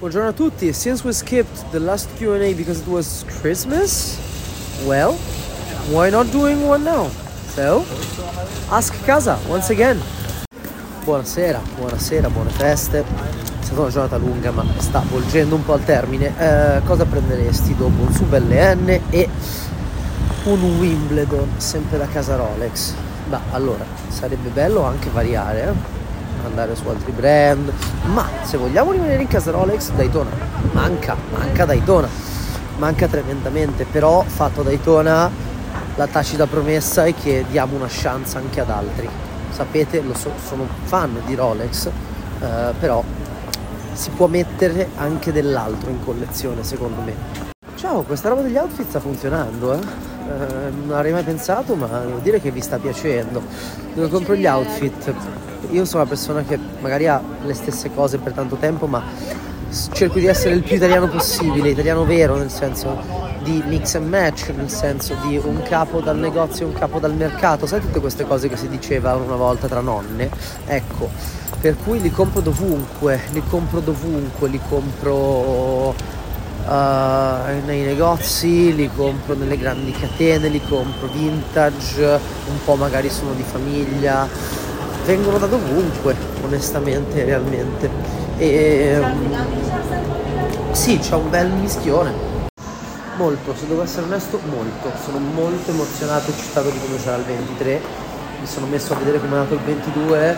Buongiorno a tutti. Since we skipped the last Q&A because it was Christmas, well, why not doing one now? So, ask Casa once again. Buonasera, buone feste. È stata una giornata lunga ma sta volgendo un po' al termine. Cosa prenderesti dopo un sub LN e un Wimbledon sempre da casa Rolex? Ma allora, sarebbe bello anche variare, andare su altri brand, ma se vogliamo rimanere in casa Rolex, Daytona manca Daytona, manca tremendamente. Però fatto Daytona, la tacita promessa è che diamo una chance anche ad altri. Sapete, sono fan di Rolex, però si può mettere anche dell'altro in collezione, secondo me. Ciao, questa roba degli outfit sta funzionando, non avrei mai pensato, ma devo dire che vi sta piacendo. Dove compro gli outfit? Io sono una persona che magari ha le stesse cose per tanto tempo, ma cerco di essere il più italiano possibile, italiano vero, nel senso di mix and match, nel senso di un capo dal negozio e un capo dal mercato. Sai tutte queste cose che si diceva una volta tra nonne? Ecco, per cui li compro dovunque, li compro nei negozi, li compro nelle grandi catene, li compro vintage, un po' magari sono di famiglia, vengono da dovunque, onestamente, realmente. E sì, c'è un bel mischione. Molto, se devo essere onesto, molto. Sono molto emozionato e eccitato di come sarà il 23. Mi sono messo a vedere come è nato il 22.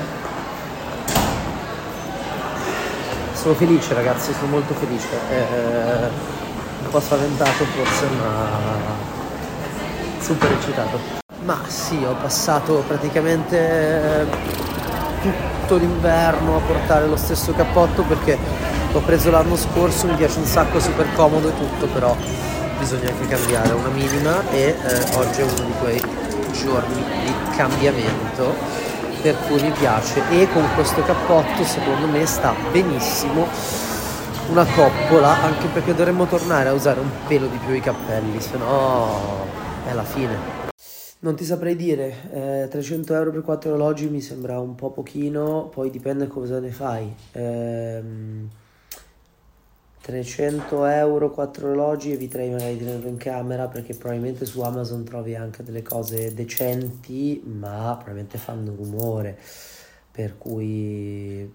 Sono felice, ragazzi, sono molto felice. Un po' spaventato forse, ma super eccitato. Ma sì, ho passato praticamente tutto l'inverno a portare lo stesso cappotto perché l'ho preso l'anno scorso, mi piace un sacco, è super comodo e tutto, però bisogna anche cambiare una minima e oggi è uno di quei giorni di cambiamento, per cui mi piace. E con questo cappotto secondo me sta benissimo, una coppola, anche perché dovremmo tornare a usare un pelo di più i cappelli, se no è la fine. Non ti saprei dire, 300 euro per 4 orologi mi sembra un po' pochino, poi dipende cosa ne fai. 300 euro 4 orologi eviterei magari di tenerlo in camera, perché probabilmente su Amazon trovi anche delle cose decenti, ma probabilmente fanno rumore, per cui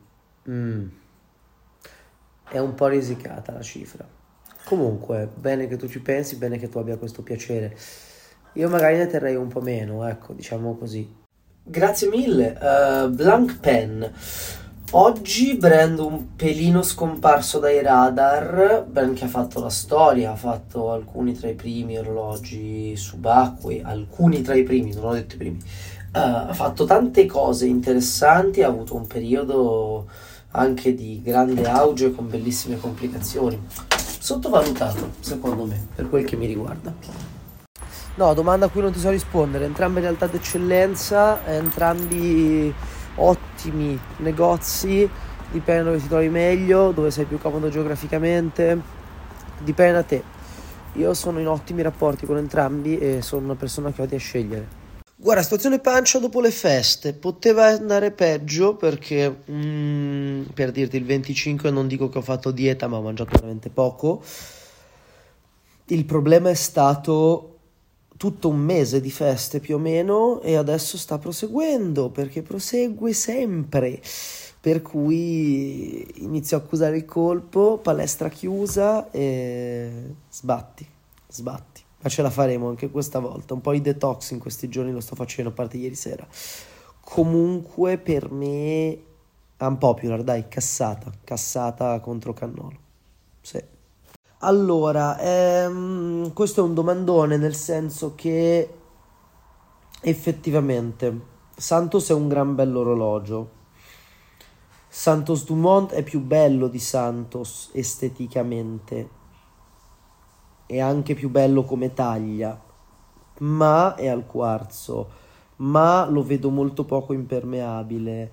è un po' risicata la cifra. Comunque, bene che tu ci pensi, bene che tu abbia questo piacere. Io magari ne terrei un po' meno, ecco, diciamo così. Grazie mille. Blank Pen. Oggi brand un pelino scomparso dai radar, brand che ha fatto la storia, ha fatto alcuni tra i primi orologi subacquei, alcuni tra i primi, non ho detto i primi. Ha fatto tante cose interessanti, ha avuto un periodo anche di grande auge con bellissime complicazioni. Sottovalutato, secondo me, per quel che mi riguarda. No, domanda a cui non ti so rispondere. Entrambe realtà d'eccellenza, entrambi ottimi negozi, dipende dove ti trovi meglio, dove sei più comodo geograficamente, dipende da te. Io sono in ottimi rapporti con entrambi e sono una persona che odia scegliere. Guarda, situazione pancia dopo le feste, poteva andare peggio perché, per dirti, il 25 non dico che ho fatto dieta, ma ho mangiato veramente poco. Il problema è stato tutto un mese di feste più o meno, e adesso sta proseguendo, perché prosegue sempre, per cui inizio a accusare il colpo, palestra chiusa e sbatti, ma ce la faremo anche questa volta. Un po' di detox in questi giorni lo sto facendo, a parte ieri sera. Comunque per me unpopular, dai, cassata contro Cannolo, sì. Allora, questo è un domandone, nel senso che effettivamente Santos è un gran bell'orologio. Santos Dumont è più bello di Santos esteticamente, è anche più bello come taglia, ma è al quarzo, ma lo vedo molto poco impermeabile,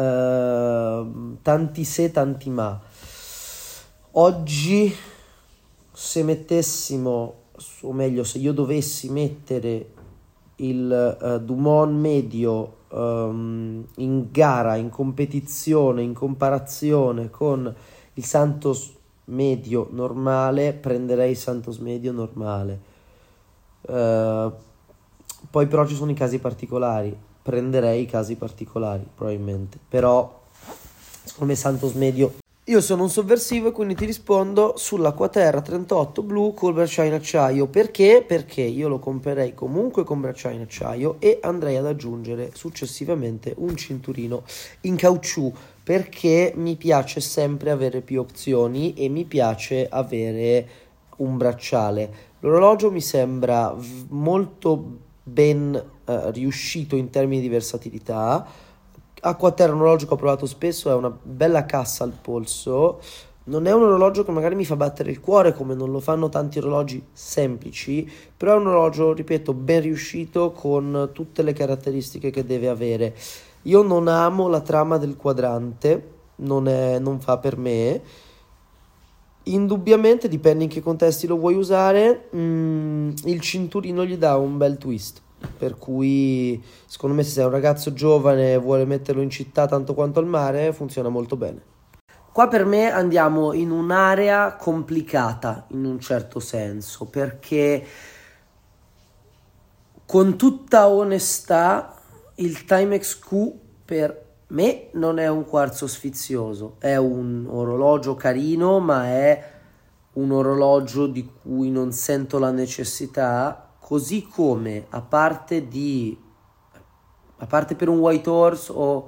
tanti se, tanti ma. Oggi, se mettessimo, o meglio, se io dovessi mettere il Dumont medio in gara, in competizione, in comparazione con il Santos medio normale, prenderei Santos medio normale. Poi però ci sono i casi particolari, prenderei i casi particolari probabilmente, però secondo me Santos medio. Io sono un sovversivo e quindi ti rispondo sull'Acquaterra 38 blu col bracciale in acciaio. Perché? Perché io lo comprerei comunque con bracciale in acciaio e andrei ad aggiungere successivamente un cinturino in caucciù, perché mi piace sempre avere più opzioni e mi piace avere un bracciale. L'orologio mi sembra molto ben riuscito in termini di versatilità. Acquaterra è un orologio che ho provato spesso, è una bella cassa al polso, non è un orologio che magari mi fa battere il cuore come non lo fanno tanti orologi semplici, però è un orologio, ripeto, ben riuscito con tutte le caratteristiche che deve avere. Io non amo la trama del quadrante, non fa per me. Indubbiamente dipende in che contesti lo vuoi usare, il cinturino gli dà un bel twist. Per cui secondo me se sei un ragazzo giovane e vuole metterlo in città tanto quanto al mare, funziona molto bene. Qua per me andiamo in un'area complicata in un certo senso, perché con tutta onestà il Timex Q per me non è un quarzo sfizioso, è un orologio carino, ma è un orologio di cui non sento la necessità. Così come, a parte per un White Horse o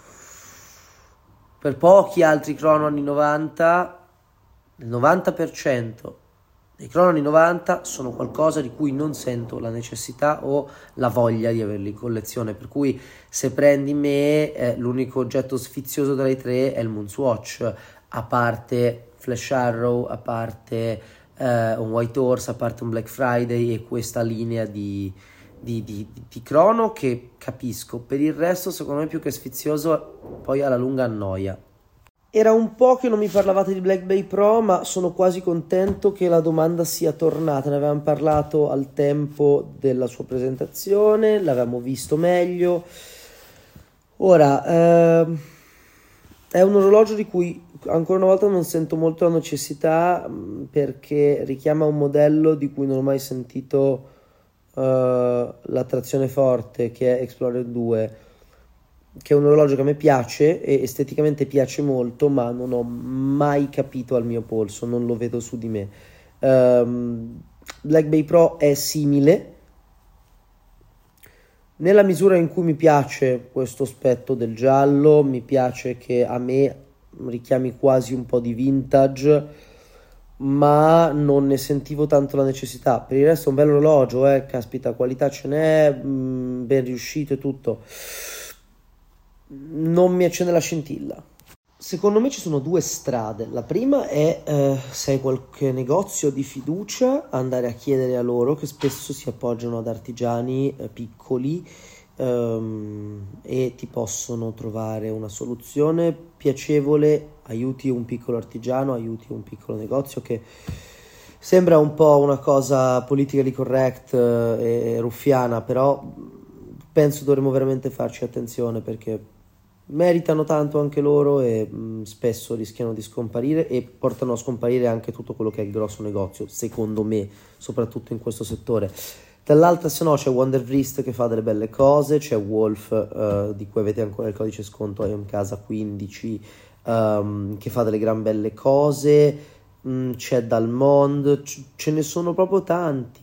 per pochi altri crono anni 90, il 90% dei crono anni 90 sono qualcosa di cui non sento la necessità o la voglia di averli in collezione. Per cui se prendi me, l'unico oggetto sfizioso tra i tre è il Moonswatch, a parte Flash Arrow, a parte un White Horse, a parte un Black Friday e questa linea di crono che capisco. Per il resto secondo me più che sfizioso poi alla lunga annoia. Era un po' che non mi parlavate di Black Bay Pro, ma sono quasi contento che la domanda sia tornata. Ne avevamo parlato al tempo della sua presentazione, l'avevamo visto meglio. Ora, è un orologio di cui ancora una volta non sento molto la necessità, perché richiama un modello di cui non ho mai sentito l'attrazione forte, che è Explorer 2, che è un orologio che a me piace e esteticamente piace molto, ma non ho mai capito al mio polso, non lo vedo su di me. Black Bay Pro è simile nella misura in cui mi piace questo aspetto del giallo, mi piace che a me richiami quasi un po' di vintage, ma non ne sentivo tanto la necessità. Per il resto è un bel orologio, caspita, qualità ce n'è, ben riuscito e tutto. Non mi accende la scintilla. Secondo me ci sono due strade. La prima è, se hai qualche negozio di fiducia, andare a chiedere a loro, che spesso si appoggiano ad artigiani piccoli e ti possono trovare una soluzione piacevole, aiuti un piccolo artigiano, aiuti un piccolo negozio, che sembra un po' una cosa politically correct e ruffiana, però penso dovremmo veramente farci attenzione, perché meritano tanto anche loro e spesso rischiano di scomparire e portano a scomparire anche tutto quello che è il grosso negozio, secondo me, soprattutto in questo settore. Dall'altra, se no, c'è Wonderwrist che fa delle belle cose, c'è Wolf di cui avete ancora il codice sconto in casa 15 che fa delle gran belle cose, c'è Dalmond, ce ne sono proprio tanti,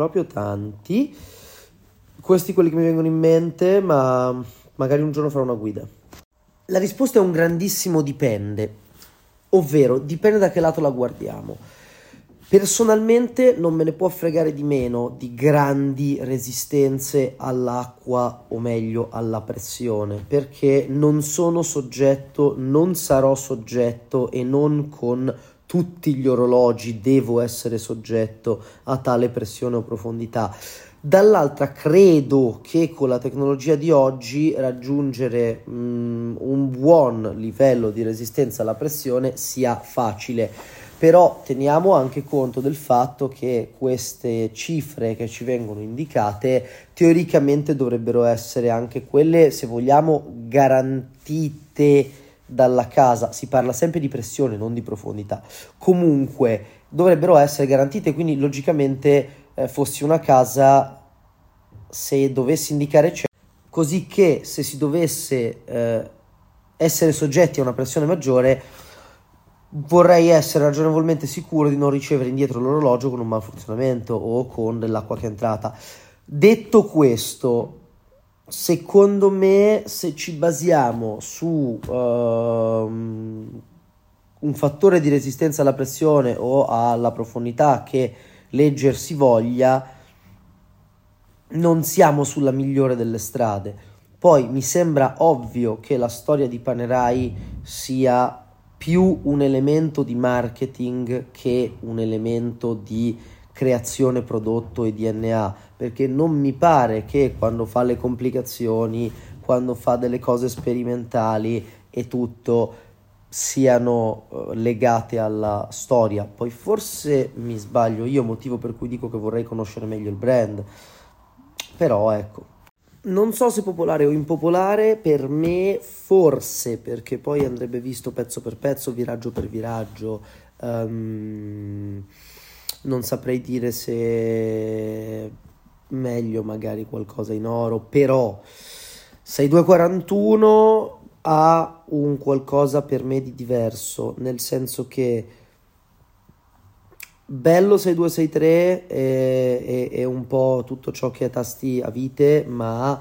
questi quelli che mi vengono in mente, ma magari un giorno farò una guida. La risposta è un grandissimo dipende, ovvero dipende da che lato la guardiamo. Personalmente non me ne può fregare di meno di grandi resistenze all'acqua, o meglio alla pressione, perché non sono soggetto, non sarò soggetto e non con tutti gli orologi devo essere soggetto a tale pressione o profondità. Dall'altra credo che con la tecnologia di oggi raggiungere un buon livello di resistenza alla pressione sia facile, però teniamo anche conto del fatto che queste cifre che ci vengono indicate teoricamente dovrebbero essere anche quelle, se vogliamo, garantite dalla casa, si parla sempre di pressione, non di profondità, comunque dovrebbero essere garantite, quindi logicamente fossi una casa, se dovessi indicare c'è, così che se si dovesse essere soggetti a una pressione maggiore, vorrei essere ragionevolmente sicuro di non ricevere indietro l'orologio con un malfunzionamento o con dell'acqua che è entrata. Detto questo, secondo me, se ci basiamo su un fattore di resistenza alla pressione o alla profondità che leggersi voglia, non siamo sulla migliore delle strade. Poi mi sembra ovvio che la storia di Panerai sia più un elemento di marketing che un elemento di creazione prodotto e DNA, perché non mi pare che quando fa le complicazioni, quando fa delle cose sperimentali e tutto, siano legate alla storia. Poi forse mi sbaglio io, motivo per cui dico che vorrei conoscere meglio il brand, però ecco. Non so se popolare o impopolare, per me forse, perché poi andrebbe visto pezzo per pezzo, viraggio per viraggio, non saprei dire se meglio magari qualcosa in oro, però 6241 ha un qualcosa per me di diverso, nel senso che bello 6263 è un po' tutto ciò che è tasti a vite, ma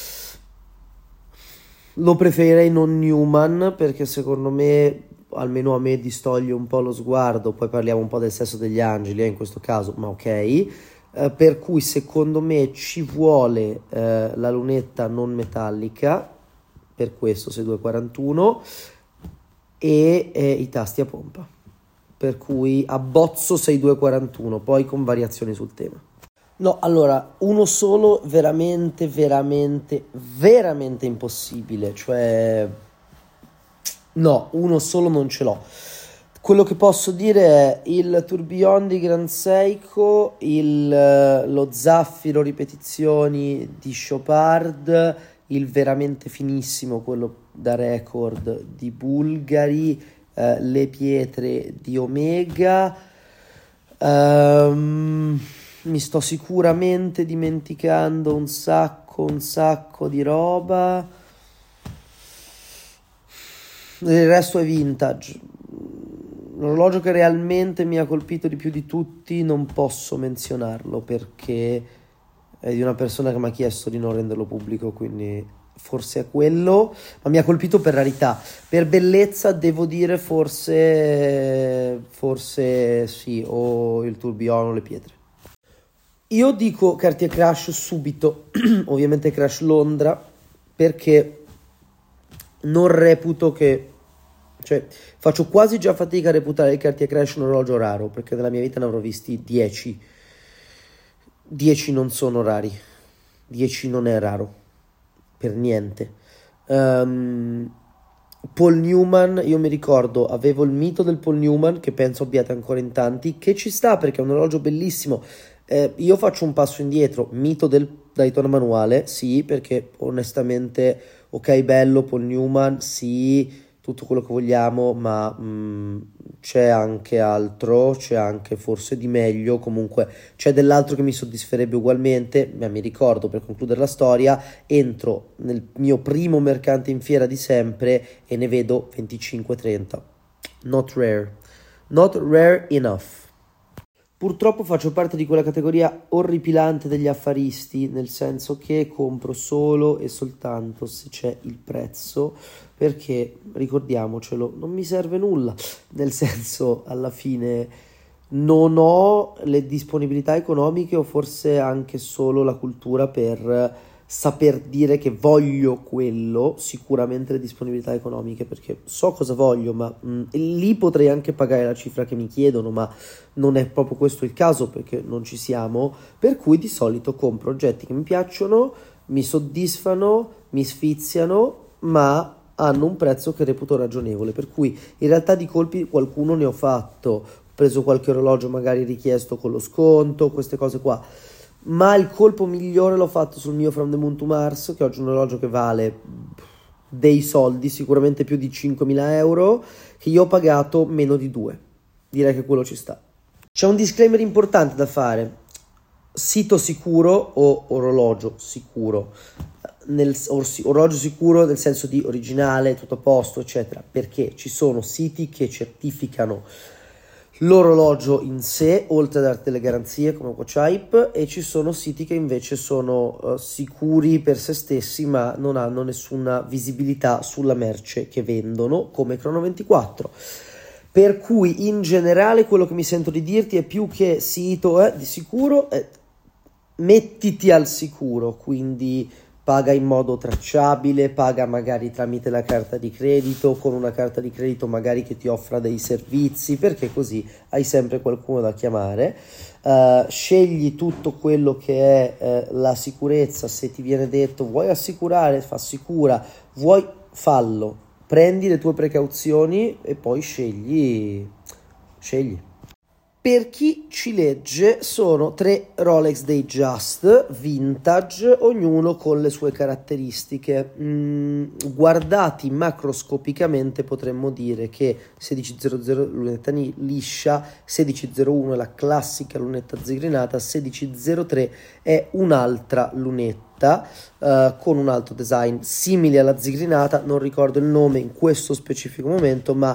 lo preferirei non Newman, perché secondo me, almeno a me, distoglie un po' lo sguardo. Poi parliamo un po' del sesso degli angeli in questo caso, ma ok. Per cui secondo me ci vuole la lunetta non metallica, per questo 6241, e i tasti a pompa, per cui abbozzo 6241, poi con variazioni sul tema. No, allora, uno solo veramente, veramente, veramente impossibile, cioè no, uno solo non ce l'ho. Quello che posso dire è il tourbillon di Grand Seiko, lo zaffiro ripetizioni di Chopard, il veramente finissimo, quello da record di Bulgari, le pietre di Omega. Mi sto sicuramente dimenticando un sacco di roba. Il resto è vintage. L'orologio che realmente mi ha colpito di più di tutti non posso menzionarlo perché è di una persona che mi ha chiesto di non renderlo pubblico, quindi forse è quello, ma mi ha colpito per rarità. Per bellezza devo dire forse sì, o il tourbillon o le pietre. Io dico Cartier Crash subito, ovviamente Crash Londra, perché non reputo che, cioè faccio quasi già fatica a reputare il Cartier Crash un orologio raro, perché nella mia vita ne avrò visti 10. 10 non sono rari, 10 non è raro per niente. Paul Newman, io mi ricordo, avevo il mito del Paul Newman, che penso abbiate ancora in tanti, che ci sta perché è un orologio bellissimo. Io faccio un passo indietro, mito del Daytona manuale, sì, perché onestamente, ok, bello Paul Newman, sì, tutto quello che vogliamo, ma c'è anche altro, c'è anche forse di meglio, comunque c'è dell'altro che mi soddisferebbe ugualmente. Ma mi ricordo, per concludere la storia, entro nel mio primo mercante in fiera di sempre e ne vedo 25-30, not rare enough. Purtroppo faccio parte di quella categoria orripilante degli affaristi, nel senso che compro solo e soltanto se c'è il prezzo, perché, ricordiamocelo, non mi serve nulla, nel senso, alla fine non ho le disponibilità economiche o forse anche solo la cultura per saper dire che voglio quello, sicuramente le disponibilità economiche, perché so cosa voglio, ma lì potrei anche pagare la cifra che mi chiedono, ma non è proprio questo il caso perché non ci siamo, per cui di solito compro oggetti che mi piacciono, mi soddisfano, mi sfiziano, ma hanno un prezzo che reputo ragionevole, per cui in realtà di colpi qualcuno ne ho fatto, ho preso qualche orologio magari richiesto con lo sconto, queste cose qua, ma il colpo migliore l'ho fatto sul mio From the Moon to Mars, che oggi è un orologio che vale dei soldi, sicuramente più di 5.000 euro, che io ho pagato meno di 2. Direi che quello ci sta. C'è un disclaimer importante da fare: sito sicuro o orologio sicuro, orologio sicuro nel senso di originale, tutto a posto, eccetera, perché ci sono siti che certificano l'orologio in sé, oltre a darti le garanzie come WatchHype, e ci sono siti che invece sono sicuri per se stessi ma non hanno nessuna visibilità sulla merce che vendono, come Chrono24. Per cui in generale quello che mi sento di dirti è: più che sito di sicuro, mettiti al sicuro, quindi paga in modo tracciabile, paga magari tramite la carta di credito, con una carta di credito magari che ti offra dei servizi, perché così hai sempre qualcuno da chiamare. Scegli tutto quello che è la sicurezza. Se ti viene detto vuoi assicurare, fa assicura, vuoi fallo, prendi le tue precauzioni e poi scegli. Per chi ci legge, sono 3 Rolex Datejust vintage, ognuno con le sue caratteristiche. Guardati macroscopicamente potremmo dire che 1600 lunetta liscia, 1601 è la classica lunetta zigrinata, 1603 è un'altra lunetta con un altro design simile alla zigrinata. Non ricordo il nome in questo specifico momento, ma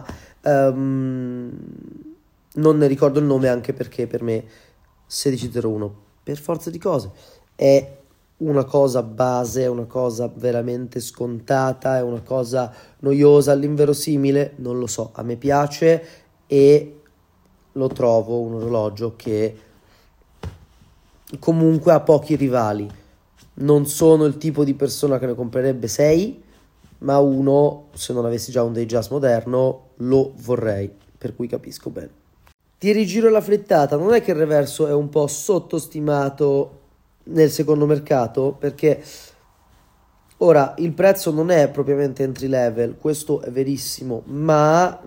non ne ricordo il nome, anche perché per me 1601 per forza di cose è una cosa base, è una cosa veramente scontata, è una cosa noiosa. All'inverosimile non lo so, a me piace e lo trovo un orologio che comunque ha pochi rivali. Non sono il tipo di persona che ne comprerebbe 6, ma uno, se non avessi già un Datejust moderno, lo vorrei, per cui capisco bene. Ti rigiro la frittata: non è che il reverso è un po' sottostimato nel secondo mercato? Perché ora il prezzo non è propriamente entry level, questo è verissimo, ma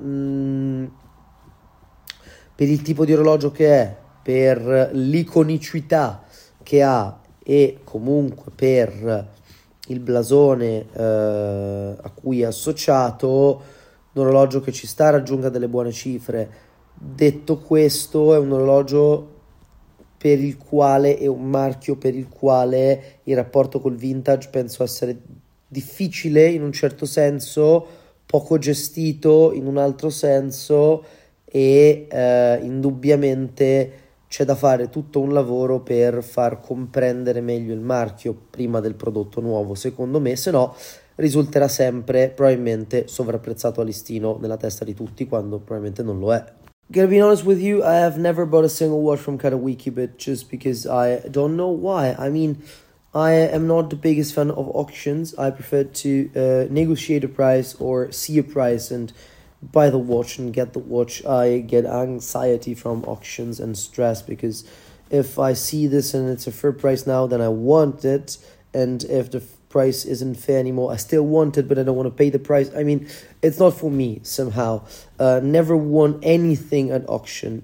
per il tipo di orologio che è, per l'iconicità che ha e comunque per il blasone a cui è associato, un orologio che ci sta, raggiunga delle buone cifre. Detto questo, è un orologio per il quale, è un marchio per il quale il rapporto col vintage penso essere difficile in un certo senso, poco gestito in un altro senso, e indubbiamente c'è da fare tutto un lavoro per far comprendere meglio il marchio prima del prodotto nuovo, secondo me, se no risulterà sempre probabilmente sovrapprezzato a listino nella testa di tutti, quando probabilmente non lo è. Gonna be honest with you, I have never bought a single watch from Katawiki, but just because I don't know why. I mean, I am not the biggest fan of auctions. I prefer to negotiate a price or see a price and buy the watch and get the watch. I get anxiety from auctions and stress, because if I see this and it's a fair price now, then I want it, and if the price isn't fair anymore, I still want it, but I don't want to pay the price. I mean, it's not for me somehow. Never won anything at auction.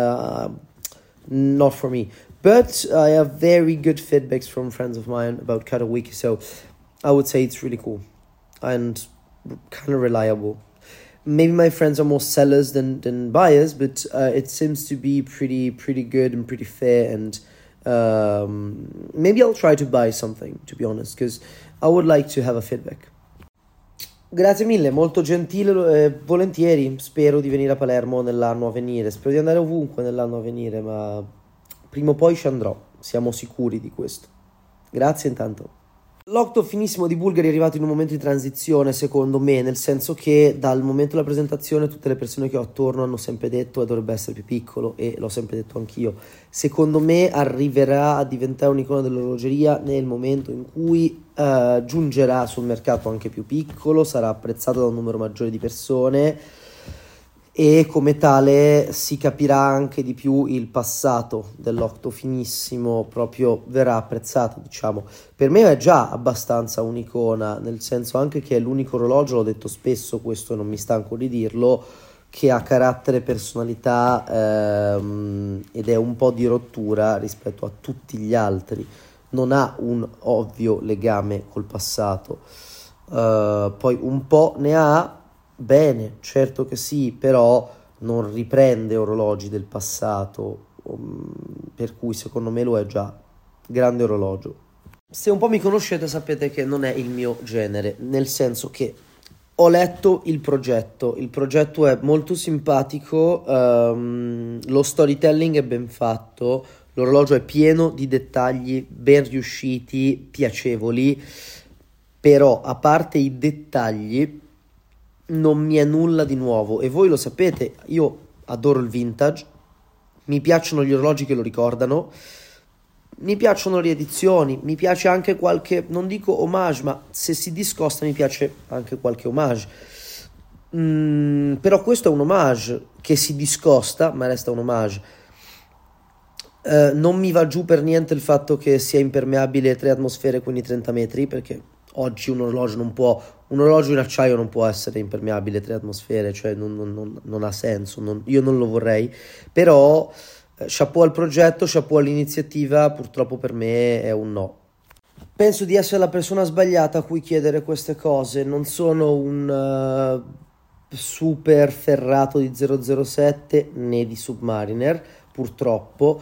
Not for me. But I have very good feedbacks from friends of mine about Katawiki, so I would say it's really cool and kind of reliable. Maybe my friends are more sellers than buyers, but it seems to be pretty good and pretty fair, and maybe I'll try to buy something, to be honest, because I would like to have a feedback. Grazie mille, molto gentile, volentieri. Spero di venire a Palermo nell'anno a venire, spero di andare ovunque nell'anno a venire, ma prima o poi ci andrò, siamo sicuri di questo. Grazie intanto. L'octo finissimo di Bulgari è arrivato in un momento di transizione, secondo me, nel senso che dal momento della presentazione tutte le persone che ho attorno hanno sempre detto che dovrebbe essere più piccolo, e l'ho sempre detto anch'io. Secondo me arriverà a diventare un'icona dell'orologeria nel momento in cui giungerà sul mercato anche più piccolo, sarà apprezzato da un numero maggiore di persone, e come tale si capirà anche di più il passato dell'octo finissimo, proprio verrà apprezzato, diciamo. Per me è già abbastanza un'icona, nel senso anche che è l'unico orologio, l'ho detto spesso, questo non mi stanco di dirlo, che ha carattere e personalità ed è un po' di rottura rispetto a tutti gli altri, non ha un ovvio legame col passato. poi un po' ne ha, bene, certo che sì, però non riprende orologi del passato, per cui secondo me lo è già. Grande orologio. Se un po' mi conoscete sapete che non è il mio genere, nel senso che ho letto il progetto è molto simpatico, lo storytelling è ben fatto, l'orologio è pieno di dettagli ben riusciti, piacevoli, però a parte i dettagli non mi è nulla di nuovo e voi lo sapete, io adoro il vintage, mi piacciono gli orologi che lo ricordano, mi piacciono le edizioni, mi piace anche qualche, non dico homage, ma se si discosta mi piace anche qualche homage. Però questo è un homage che si discosta, ma resta un homage. Non mi va giù per niente il fatto che sia impermeabile 3 atmosfere, quindi 30 metri, perché oggi un orologio in acciaio non può essere impermeabile 3 atmosfere, cioè non ha senso, io non lo vorrei, però chapeau al progetto, chapeau all'iniziativa, purtroppo per me è un no. Penso di essere la persona sbagliata a cui chiedere queste cose, non sono un super ferrato di 007 né di Submariner, purtroppo.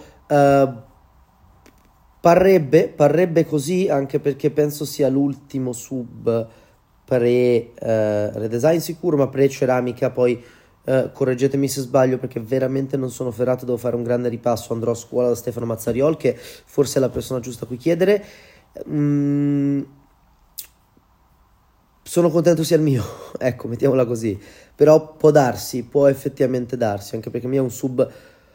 Parrebbe così, anche perché penso sia l'ultimo sub redesign sicuro, ma ceramica. Poi correggetemi se sbaglio, perché veramente non sono ferrato, devo fare un grande ripasso, andrò a scuola da Stefano Mazzariol, che forse è la persona giusta a cui chiedere. Sono contento sia il mio, ecco, mettiamola così, però può effettivamente darsi, anche perché il mio è un sub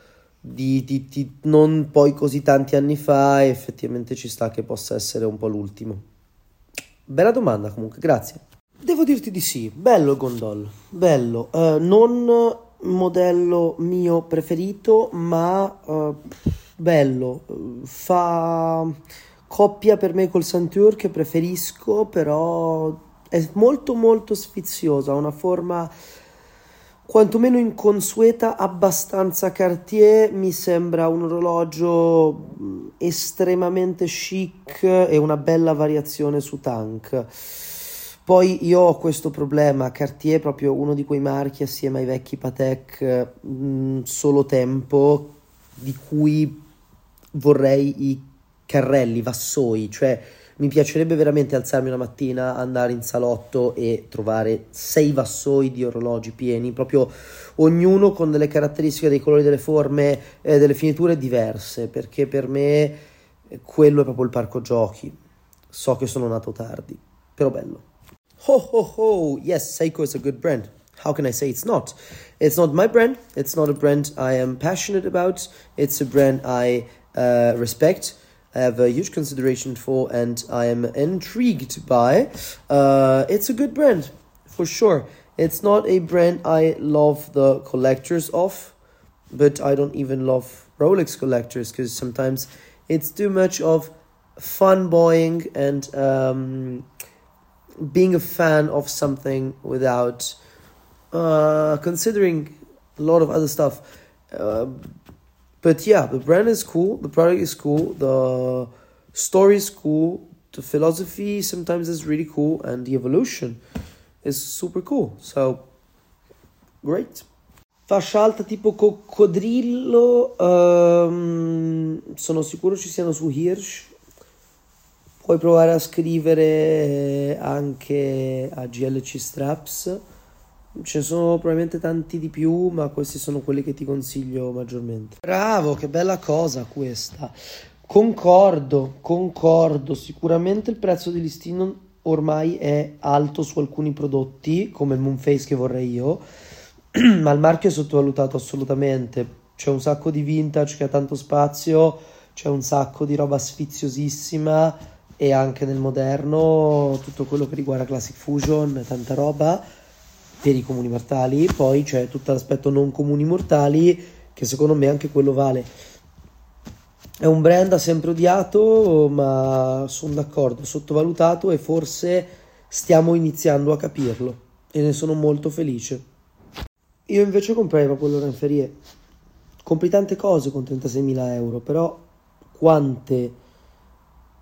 di non poi così tanti anni fa, e effettivamente ci sta che possa essere un po' l'ultimo. Bella domanda comunque, grazie. Devo dirti di sì, bello il Gondol, bello, non modello mio preferito, ma bello, fa coppia per me col Santur che preferisco, però è molto molto sfiziosa, ha una forma quantomeno inconsueta, abbastanza Cartier, mi sembra un orologio estremamente chic e una bella variazione su Tank. Poi io ho questo problema, Cartier è proprio uno di quei marchi assieme ai vecchi Patek solo tempo, di cui vorrei i carrelli, vassoi, cioè mi piacerebbe veramente alzarmi una mattina, andare in salotto e trovare 6 vassoi di orologi pieni, proprio ognuno con delle caratteristiche, dei colori, delle forme, delle finiture diverse, perché per me quello è proprio il parco giochi. So che sono nato tardi, però bello. Ho ho ho, yes, Seiko is a good brand. How can I say it's not? It's not my brand, it's not a brand I am passionate about, it's a brand I respect, I have a huge consideration for, and I am intrigued by. It's a good brand, for sure. It's not a brand I love the collectors of, but I don't even love Rolex collectors, because sometimes it's too much of fanboying and being a fan of something without considering a lot of other stuff. But yeah, the brand is cool, the product is cool, the story is cool, the philosophy sometimes is really cool, and the evolution is super cool. So, great. Fascia alta tipo coccodrillo, sono sicuro ci siano su Hirsch. Puoi provare a scrivere anche a GLC Straps. Ce ne sono probabilmente tanti di più, ma questi sono quelli che ti consiglio maggiormente. Bravo, che bella cosa questa. Concordo, sicuramente il prezzo di listino ormai è alto su alcuni prodotti, come il Moonface che vorrei io, ma il marchio è sottovalutato assolutamente. C'è un sacco di vintage che ha tanto spazio, c'è un sacco di roba sfiziosissima, e anche nel moderno tutto quello che riguarda Classic Fusion, tanta roba per i comuni mortali. Poi c'è tutto l'aspetto non comuni mortali, che secondo me anche quello vale. È un brand da sempre odiato, ma sono d'accordo, sottovalutato, e forse stiamo iniziando a capirlo, e ne sono molto felice. Io invece comprerei proprio Laurent Ferrier. Compri tante cose con 36.000 euro, però quante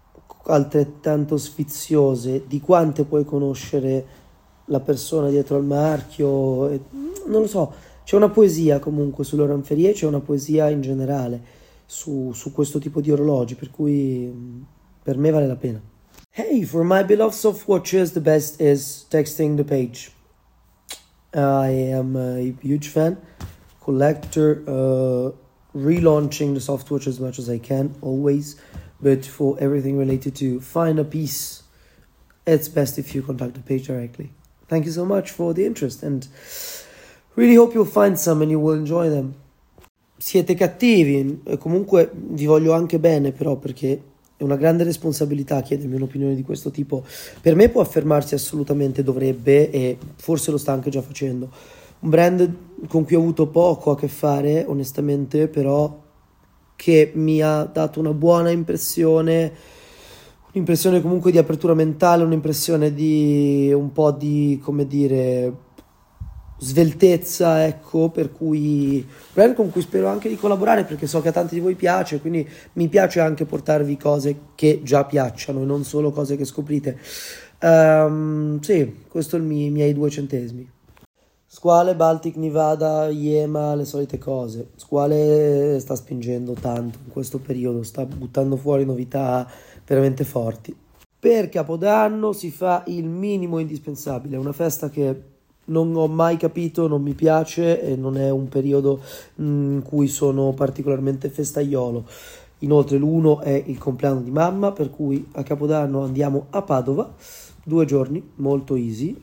altrettanto sfiziose di quante puoi conoscere la persona dietro al marchio. Non lo so, c'è una poesia comunque sulle oranferie, c'è una poesia in generale su questo tipo di orologi, per cui per me vale la pena. Hey, for my beloved soft watches, the best is texting the page. I am a huge fan, collector, relaunching the soft watch as much as I can, always. But for everything related to find a piece, it's best if you contact the page directly. Thank you so much for the interest and really hope you'll find some and you will enjoy them. Siete cattivi, comunque vi voglio anche bene, però, perché è una grande responsabilità chiedermi un'opinione di questo tipo. Per me può affermarsi assolutamente, dovrebbe, e forse lo sta anche già facendo. Un brand con cui ho avuto poco a che fare, onestamente, però che mi ha dato una buona impressione, un'impressione comunque di apertura mentale, un'impressione di un po' di, come dire, sveltezza, ecco, per cui brand con cui spero anche di collaborare, perché so che a tanti di voi piace, quindi mi piace anche portarvi cose che già piacciono e non solo cose che scoprite. Sì, questo è i miei 2 centesimi. Squale, Baltic, Nevada, Yema, le solite cose. Squale sta spingendo tanto in questo periodo, sta buttando fuori novità veramente forti. Per Capodanno si fa il minimo indispensabile, è una festa che non ho mai capito, non mi piace e non è un periodo in cui sono particolarmente festaiolo. Inoltre l'1 è il compleanno di mamma, per cui a Capodanno andiamo a Padova, 2 giorni, molto easy.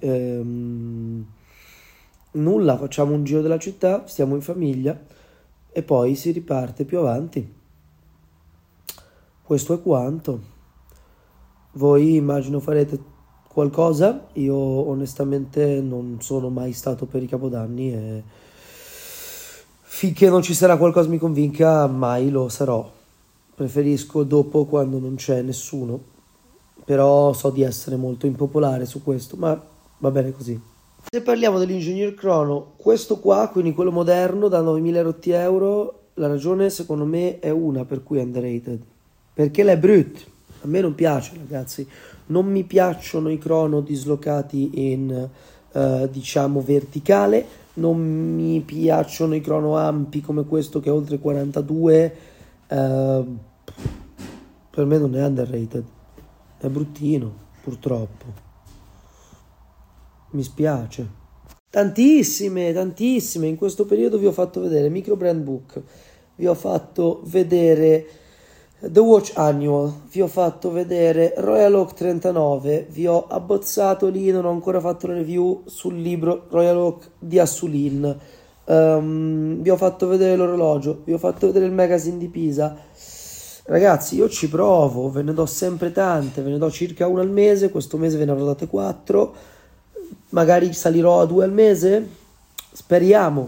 Nulla, facciamo un giro della città, stiamo in famiglia e poi si riparte più avanti. Questo è quanto. Voi immagino farete qualcosa. Io onestamente non sono mai stato per i Capodanni e finché non ci sarà qualcosa mi convinca mai lo sarò. Preferisco dopo, quando non c'è nessuno, però so di essere molto impopolare su questo, ma va bene così. Se parliamo dell'Ingenieur Chrono, questo qua, quindi quello moderno da 9.000 rotti euro, la ragione secondo me è una per cui è underrated, perché l'è brut. A me non piace, ragazzi, non mi piacciono i crono dislocati in diciamo verticale, non mi piacciono i crono ampi come questo che è oltre 42. Per me non è underrated, è bruttino, purtroppo. Mi spiace. Tantissime, in questo periodo vi ho fatto vedere Micro Brand Book, vi ho fatto vedere The Watch Annual, vi ho fatto vedere Royal Oak 39, vi ho abbozzato lì, non ho ancora fatto la review sul libro Royal Oak di Assulin, vi ho fatto vedere l'orologio, vi ho fatto vedere il magazine di Pisa. Ragazzi, io ci provo, ve ne do sempre tante, ve ne do circa 1 al mese, questo mese ve ne avrò date 4, magari salirò a 2 al mese, speriamo.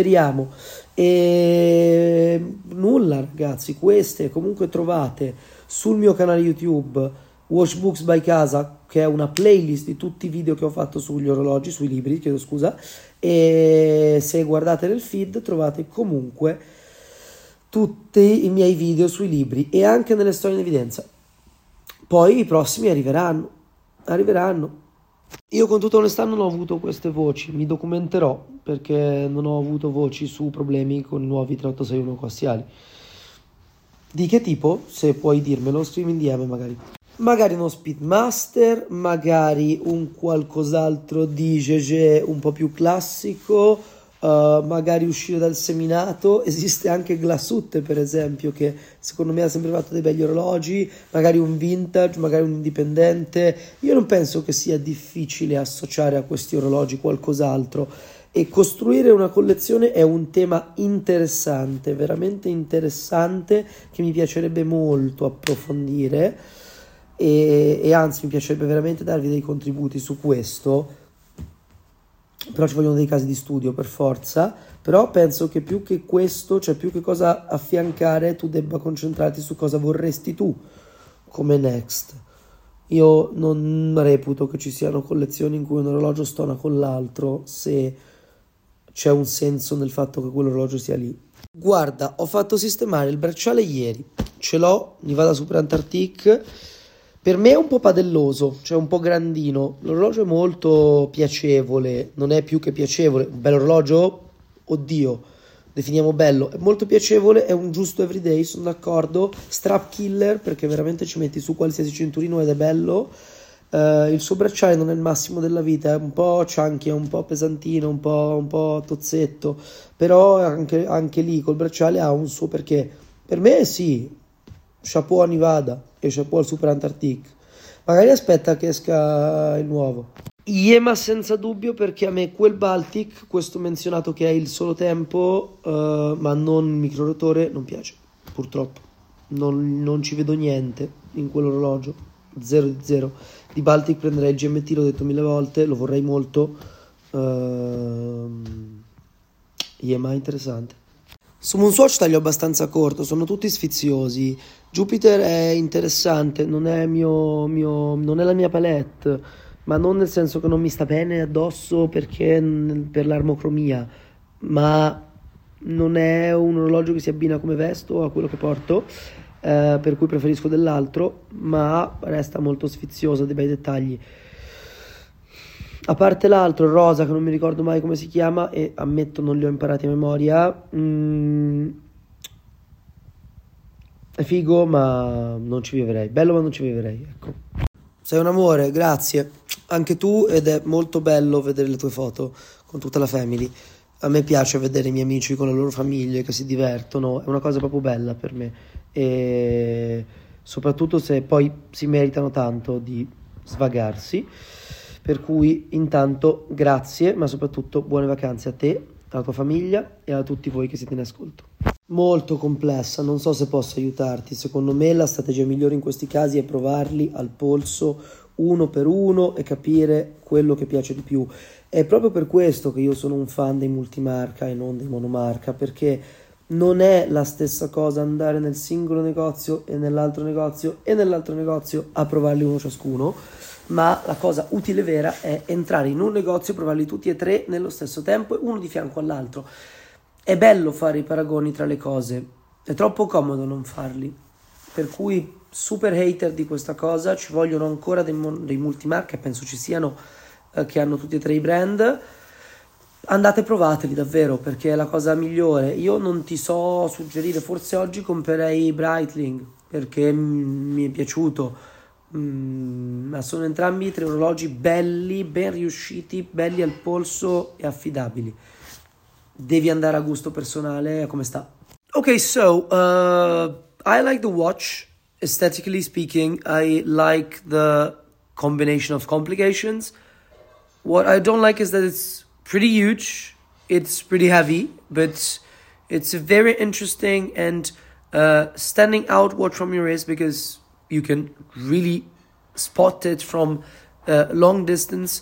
E nulla, ragazzi, queste comunque trovate sul mio canale YouTube Watchbooks by Casa, che è una playlist di tutti i video che ho fatto sugli orologi, sui libri, chiedo scusa, e se guardate nel feed trovate comunque tutti i miei video sui libri e anche nelle storie in evidenza. Poi i prossimi arriveranno. Io con tutta onestà non ho avuto queste voci, mi documenterò perché non ho avuto voci su problemi con i nuovi 3861 coassiali. Di che tipo? Se puoi dirmelo, scrivi in DM magari. Magari uno Speedmaster, magari un qualcos'altro di GG un po' più classico, magari uscire dal seminato. Esiste anche Glasutte, per esempio, che secondo me ha sempre fatto dei begli orologi, magari un vintage, magari un indipendente. Io non penso che sia difficile associare a questi orologi qualcos'altro, e costruire una collezione è un tema interessante, veramente interessante, che mi piacerebbe molto approfondire e anzi mi piacerebbe veramente darvi dei contributi su questo. Però ci vogliono dei casi di studio per forza, però penso che più che questo, cioè più che cosa affiancare, tu debba concentrarti su cosa vorresti tu come next. Io non reputo che ci siano collezioni in cui un orologio stona con l'altro se c'è un senso nel fatto che quell'orologio sia lì. Guarda, ho fatto sistemare il bracciale ieri, ce l'ho, Nevada Super Antarctic, Per me è un po' padelloso, cioè un po' grandino. L'orologio è molto piacevole, non è più che piacevole. Un bel orologio, oddio, definiamo bello. È molto piacevole, è un giusto everyday, sono d'accordo. Strap killer, perché veramente ci metti su qualsiasi cinturino ed è bello. Il suo bracciale non è il massimo della vita, è un po' chunky, è un po' pesantino, un po' tozzetto, però anche lì col bracciale ha un suo perché. Per me sì, chapeau a Nevada e chapeau al Super Antarctic. Magari aspetta che esca il nuovo. Yema senza dubbio, perché a me quel Baltic, questo menzionato che è il solo tempo, ma non microrotore, non piace, purtroppo. Non ci vedo niente in quell'orologio, 0 di 0. Di Baltic prenderei il GMT, l'ho detto 1000 volte, lo vorrei molto. Yema interessante. Su Moonswatch taglio abbastanza corto, sono tutti sfiziosi. Jupiter è interessante, non è non è la mia palette, ma non nel senso che non mi sta bene addosso perché per l'armocromia, ma non è un orologio che si abbina come vesto a quello che porto, per cui preferisco dell'altro, ma resta molto sfiziosa, dei bei dettagli. A parte l'altro, il rosa, che non mi ricordo mai come si chiama, e ammetto non li ho imparati a memoria, è figo, ma non ci vivrei. Bello, ma non ci vivrei, ecco. Sei un amore, grazie. Anche tu, ed è molto bello vedere le tue foto con tutta la family. A me piace vedere i miei amici con le loro famiglie che si divertono, è una cosa proprio bella per me. E soprattutto se poi si meritano tanto di svagarsi. Per cui intanto grazie, ma soprattutto buone vacanze a te, alla tua famiglia e a tutti voi che siete in ascolto. Molto complessa, non so se posso aiutarti. Secondo me la strategia migliore in questi casi è provarli al polso uno per uno e capire quello che piace di più. È proprio per questo che io sono un fan dei multimarca e non dei monomarca, perché non è la stessa cosa andare nel singolo negozio e nell'altro negozio a provarli uno ciascuno, ma la cosa utile vera è entrare in un negozio e provarli tutti e tre nello stesso tempo, uno di fianco all'altro. È bello fare i paragoni tra le cose, è troppo comodo non farli, per cui super hater di questa cosa, ci vogliono ancora dei multimarca, penso ci siano, che hanno tutti e tre i brand. Andate e provateli davvero, perché è la cosa migliore. Io non ti so suggerire, forse oggi comprerei Breitling perché mi è piaciuto, ma sono entrambi tre orologi belli, ben riusciti, belli al polso e affidabili. Devi andare a gusto personale, a come sta. Okay, so I like the watch. Aesthetically speaking, I like the combination of complications. What I don't like is that it's pretty huge, it's pretty heavy, but it's a very interesting and standing out watch from your wrist, because you can really spot it from long distance.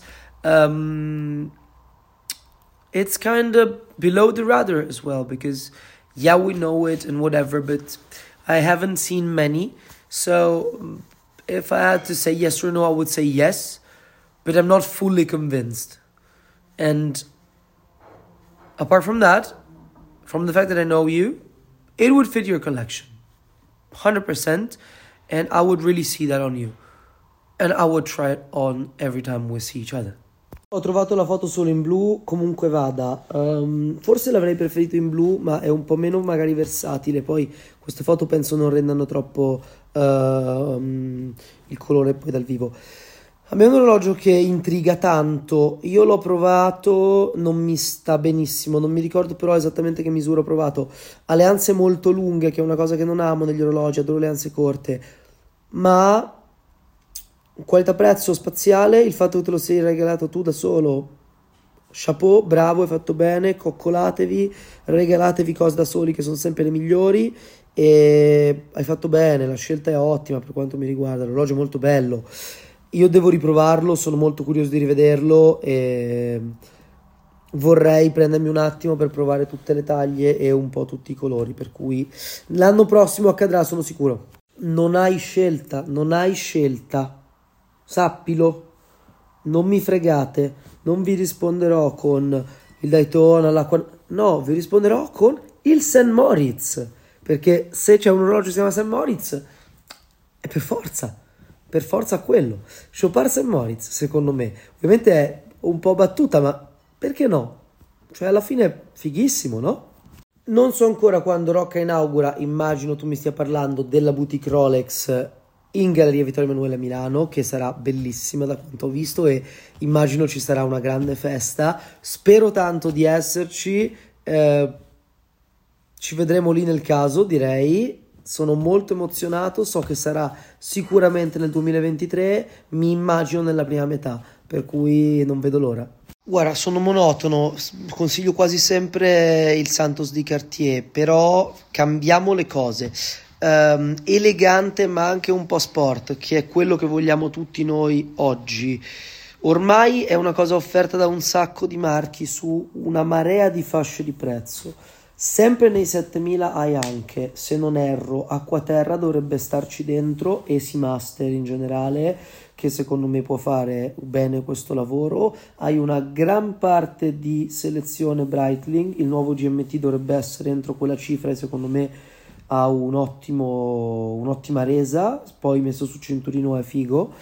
It's kind of below the radar as well, because yeah, we know it and whatever, but I haven't seen many. So if I had to say yes or no, I would say yes, but I'm not fully convinced. And apart from that, from the fact that I know you, it would fit your collection 100%, and I would really see that on you, and I would try it on every time we see each other. Ho trovato la foto solo in blu, comunque vada, forse l'avrei preferito in blu, ma è un po' meno magari versatile, poi queste foto penso non rendano troppo il colore poi dal vivo. A me è un orologio che intriga tanto, io l'ho provato, non mi sta benissimo, non mi ricordo però esattamente che misura ho provato. Ha le anse molto lunghe, che è una cosa che non amo negli orologi, adoro le anse corte, ma qualità-prezzo spaziale, il fatto che te lo sei regalato tu da solo, chapeau, bravo, hai fatto bene, coccolatevi, regalatevi cose da soli che sono sempre le migliori, e hai fatto bene, la scelta è ottima per quanto mi riguarda, l'orologio è molto bello. Io devo riprovarlo, sono molto curioso di rivederlo e vorrei prendermi un attimo per provare tutte le taglie e un po' tutti i colori, per cui l'anno prossimo accadrà, sono sicuro. Non hai scelta, sappilo, non mi fregate, non vi risponderò con il Daytona, no, vi risponderò con il St. Moritz, perché se c'è un orologio che si chiama St. Moritz è per forza. per forza quello. Chopard St. Moritz, secondo me, ovviamente è un po' battuta, ma perché no? Cioè alla fine è fighissimo, no? Non so ancora quando Rocca inaugura, immagino tu mi stia parlando della boutique Rolex in Galleria Vittorio Emanuele a Milano, che sarà bellissima da quanto ho visto e immagino ci sarà una grande festa. Spero tanto di esserci, ci vedremo lì nel caso, direi. Sono molto emozionato, so che sarà sicuramente nel 2023, mi immagino nella prima metà, per cui non vedo l'ora. Guarda, sono monotono, consiglio quasi sempre il Santos di Cartier, però cambiamo le cose. Elegante ma anche un po' sport, che è quello che vogliamo tutti noi oggi. Ormai è una cosa offerta da un sacco di marchi su una marea di fasce di prezzo. Sempre nei 7000 hai anche, se non erro, Acquaterra dovrebbe starci dentro e Seamaster in generale, che secondo me può fare bene questo lavoro. Hai una gran parte di selezione Breitling, il nuovo GMT dovrebbe essere entro quella cifra e secondo me ha un'ottima resa, poi messo su cinturino è figo.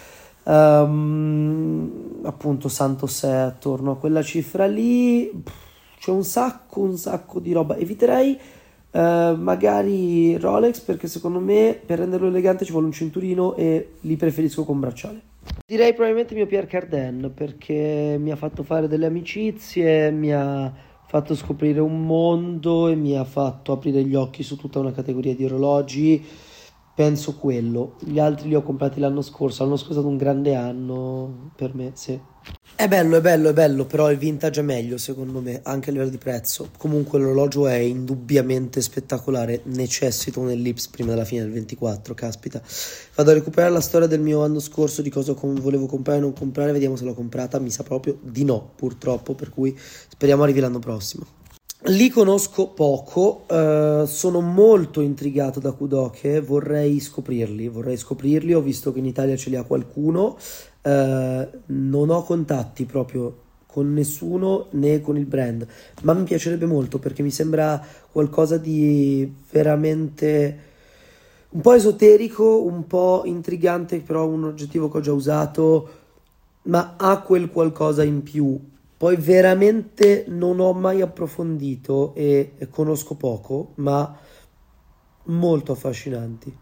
Appunto Santos è attorno a quella cifra lì. C'è un sacco di roba. Eviterei magari Rolex, perché secondo me per renderlo elegante ci vuole un cinturino e li preferisco con bracciale. Direi probabilmente mio Pierre Cardin, perché mi ha fatto fare delle amicizie, mi ha fatto scoprire un mondo e mi ha fatto aprire gli occhi su tutta una categoria di orologi. Penso quello. Gli altri li ho comprati l'anno scorso è stato un grande anno per me, sì. È bello, però il vintage è meglio secondo me, anche a livello di prezzo. Comunque l'orologio è indubbiamente spettacolare, necessito un Ellipse prima della fine del 24, caspita. Vado a recuperare la storia del mio anno scorso, di cosa volevo comprare e non comprare, vediamo se l'ho comprata, mi sa proprio di no, purtroppo, per cui speriamo arrivi l'anno prossimo. Li conosco poco, sono molto intrigato da Kudoke, vorrei scoprirli, ho visto che in Italia ce li ha qualcuno, non ho contatti proprio con nessuno né con il brand, ma mi piacerebbe molto perché mi sembra qualcosa di veramente un po' esoterico, un po' intrigante, però un oggettivo che ho già usato, ma ha quel qualcosa in più. Poi veramente non ho mai approfondito e conosco poco, ma molto affascinanti.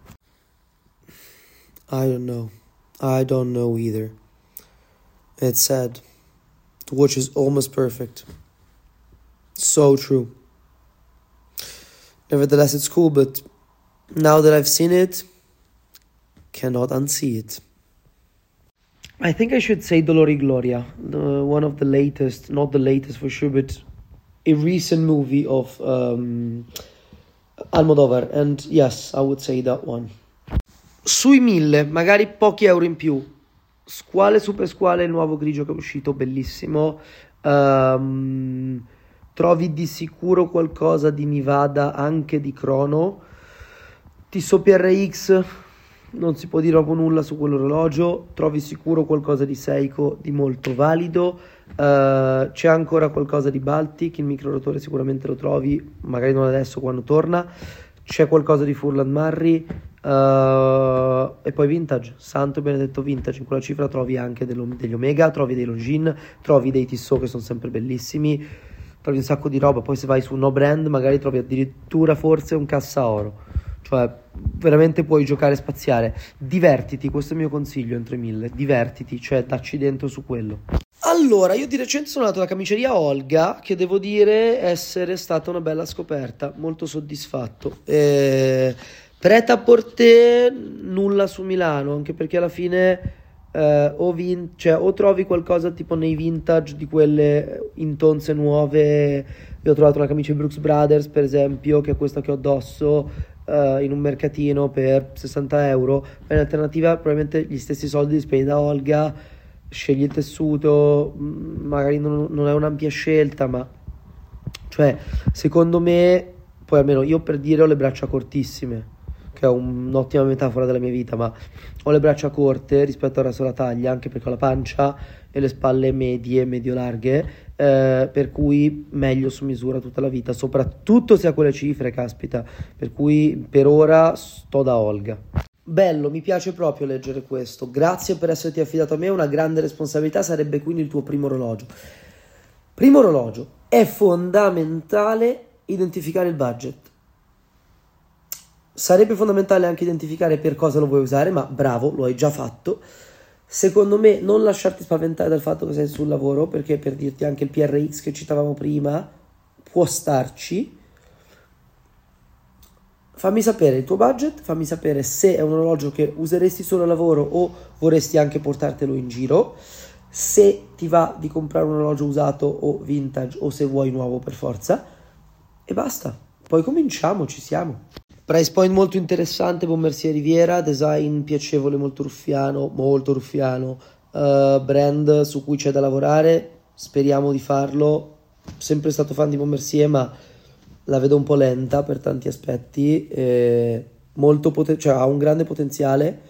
I don't know either. It's sad. The watch is almost perfect. So true. Nevertheless, it's cool, but now that I've seen it, cannot unsee it. I think I should say Dolor y Gloria, one of the latest, not the latest for sure, but a recent movie of Almodovar, and yes, I would say that one. Sui 1000, magari pochi euro in più, Squale Super Squale, il nuovo grigio che è uscito, bellissimo. Trovi di sicuro qualcosa di Nevada, anche di Chrono. Tissot PRX, non si può dire proprio nulla su quell'orologio. Trovi sicuro qualcosa di Seiko di molto valido. C'è ancora qualcosa di Baltic, il microrotore sicuramente lo trovi, magari non adesso, quando torna. C'è qualcosa di Furlan Marri, e poi vintage, santo benedetto vintage. In quella cifra trovi anche degli Omega, trovi dei Longines, trovi dei Tissot che sono sempre bellissimi, trovi un sacco di roba. Poi se vai su no brand magari trovi addirittura forse un cassa oro. Cioè veramente puoi giocare e spaziare. Divertiti, questo è il mio consiglio entro i 1000. Divertiti, cioè dacci dentro su quello. Allora, io di recente sono andato alla camiceria Olga, che devo dire essere stata una bella scoperta, molto soddisfatto. Prêt-à-porter nulla su Milano, anche perché alla fine o trovi qualcosa tipo nei vintage di quelle intonse nuove. Io ho trovato una camicia di Brooks Brothers per esempio, che è questa che ho addosso, in un mercatino per 60 euro. Ma in alternativa probabilmente gli stessi soldi li spendi da Olga, scegli il tessuto, magari non è un'ampia scelta, ma cioè secondo me, poi almeno io per dire ho le braccia cortissime, che è un'ottima metafora della mia vita, ma ho le braccia corte rispetto al resto della taglia, anche perché ho la pancia e le spalle medio larghe, per cui meglio su misura tutta la vita, soprattutto se ha quelle cifre, caspita, per cui per ora sto da Olga. Bello, mi piace proprio leggere questo. Grazie per esserti affidato a me, una grande responsabilità, sarebbe quindi il tuo primo orologio. Primo orologio, è fondamentale identificare il budget. Sarebbe fondamentale anche identificare per cosa lo vuoi usare, ma bravo, lo hai già fatto. Secondo me non lasciarti spaventare dal fatto che sei sul lavoro, perché per dirti anche il PRX che citavamo prima può starci. Fammi sapere il tuo budget, fammi sapere se è un orologio che useresti solo a lavoro o vorresti anche portartelo in giro, se ti va di comprare un orologio usato o vintage o se vuoi nuovo per forza, e basta. Poi cominciamo, ci siamo. Price point molto interessante, Bommercier Riviera, design piacevole, molto ruffiano, brand su cui c'è da lavorare, speriamo di farlo. Sempre stato fan di Bommercier, ma la vedo un po' lenta per tanti aspetti, cioè ha un grande potenziale.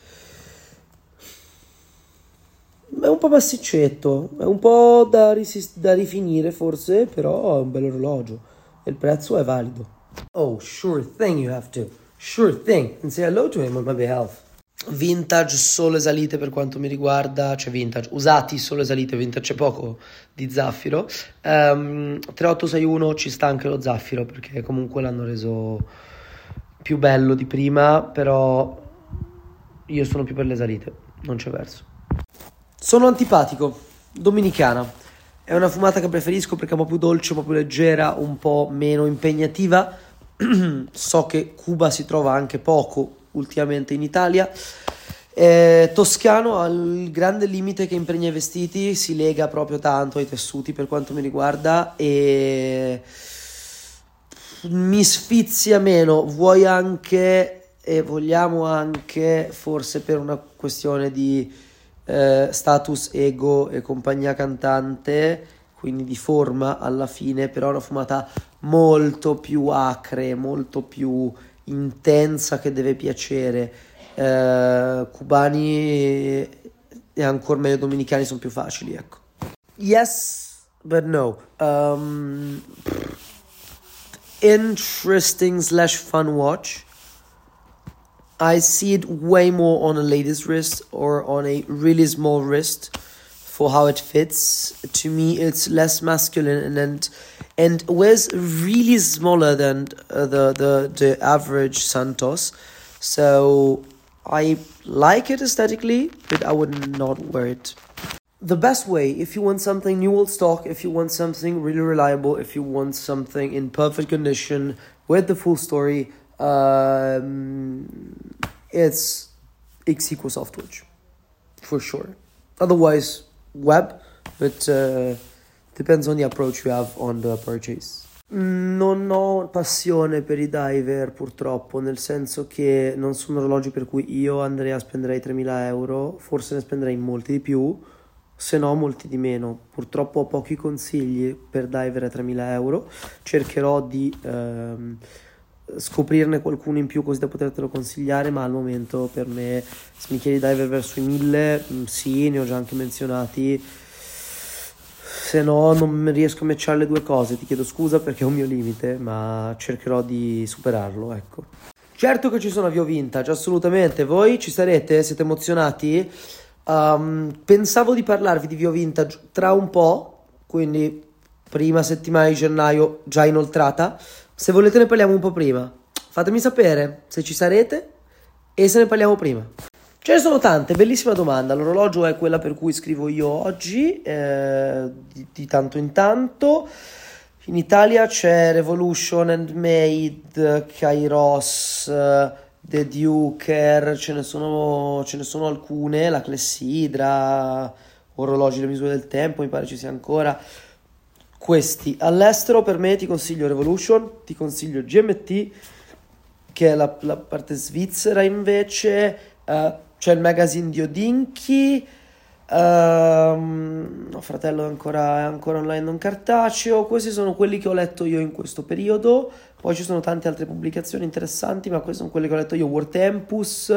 È un po' massiccetto, è un po' da rifinire forse, però è un bel orologio e il prezzo è valido. Oh, sure thing you have to. Sure thing. And say hello to him on my behalf. Vintage solo esalite per quanto mi riguarda, cioè vintage, usati solo esalite, vintage c'è poco di zaffiro. 3861 ci sta anche lo zaffiro perché comunque l'hanno reso più bello di prima, però io sono più per le esalite, non c'è verso. Sono antipatico, dominicana. È una fumata che preferisco perché è un po' più dolce, un po' più leggera, un po' meno impegnativa. So che Cuba si trova anche poco ultimamente in Italia. Toscano ha il grande limite che impregna i vestiti, si lega proprio tanto ai tessuti per quanto mi riguarda e mi sfizia meno. Vuoi anche e vogliamo anche, forse per una questione di status, ego e compagnia cantante, quindi di forma alla fine, però è una fumata molto più acre, molto più intensa che deve piacere. Cubani e ancora meglio dominicani sono più facili, ecco. Yes, but no. Interesting / fun watch. I see it way more on a lady's wrist or on a really small wrist for how it fits. To me, it's less masculine and wears really smaller than the average Santos. So I like it aesthetically, but I would not wear it. The best way, if you want something new old stock, if you want something really reliable, if you want something in perfect condition with the full story, it's Xequo Softwatch for sure. Otherwise, web, but depends on the approach you have on the purchase. Non ho passione per i diver purtroppo, nel senso che non sono orologi per cui io andrei a spendere 3.000 euro, forse ne spenderei molti di più, se no molti di meno. Purtroppo ho pochi consigli per diver a 3.000 euro, cercherò di scoprirne qualcuno in più così da potertelo consigliare, ma al momento per me, se mi chiedi diver verso i 1.000, sì, ne ho già anche menzionati, se no non riesco a matchare le due cose, ti chiedo scusa perché è un mio limite, ma cercherò di superarlo, ecco. Certo che ci sono avvio vintage, assolutamente. Voi ci sarete? Siete emozionati? Pensavo di parlarvi di Vio Vintage tra un po', quindi prima settimana di gennaio già inoltrata. Se volete ne parliamo un po' prima, fatemi sapere se ci sarete e se ne parliamo prima. Ce ne sono tante, bellissima domanda. L'orologio è quella per cui scrivo io oggi, di tanto in tanto. In Italia c'è Revolution, Handmade, Kairos, The Duker, ce ne sono alcune, la Clessidra, orologi le misure del tempo, mi pare ci sia ancora. Questi all'estero per me ti consiglio Revolution, ti consiglio GMT, che è la parte svizzera invece, c'è il magazine di Odinchi, fratello è ancora online non cartaceo. Questi sono quelli che ho letto io in questo periodo, poi ci sono tante altre pubblicazioni interessanti, ma questi sono quelli che ho letto io. War Tempus,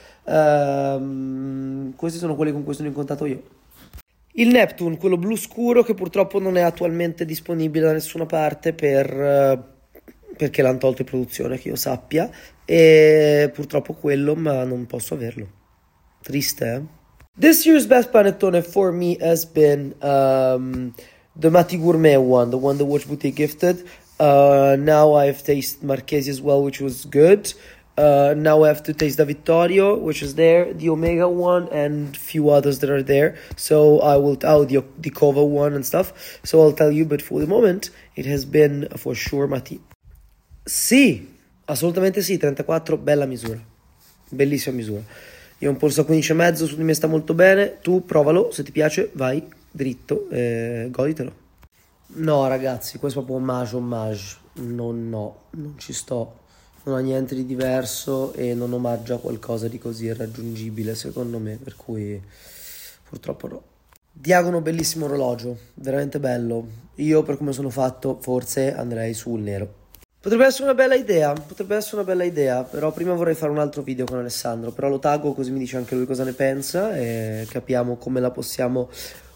questi sono quelli con cui sono in contatto io. Il Neptune, quello blu scuro, che purtroppo non è attualmente disponibile da nessuna parte per perché l'hanno tolto in produzione, che io sappia, e purtroppo quello, ma non posso averlo. Triste, eh? This year's best panettone for me has been the Matti Gourmet one, the one the Watch Boutique gifted. Now I've tasted Marchesi as well, which was good. Now I have to taste the Vittorio, which is there, the Omega one, and few others that are there. So I will the Cova one and stuff. So I'll tell you, but for the moment, it has been for sure Matti. Sì, assolutamente sì, 34, bella misura, bellissima misura. Io ho un polso a 15,5, su di me sta molto bene. Tu provalo, se ti piace vai dritto e goditelo. No ragazzi, questo è proprio homage. Non ci sto. Non ha niente di diverso e non omaggia qualcosa di così irraggiungibile secondo me, per cui purtroppo no. Diagono, bellissimo orologio, veramente bello. Io per come sono fatto forse andrei sul nero. Potrebbe essere una bella idea, però prima vorrei fare un altro video con Alessandro, però lo taggo così mi dice anche lui cosa ne pensa e capiamo come la possiamo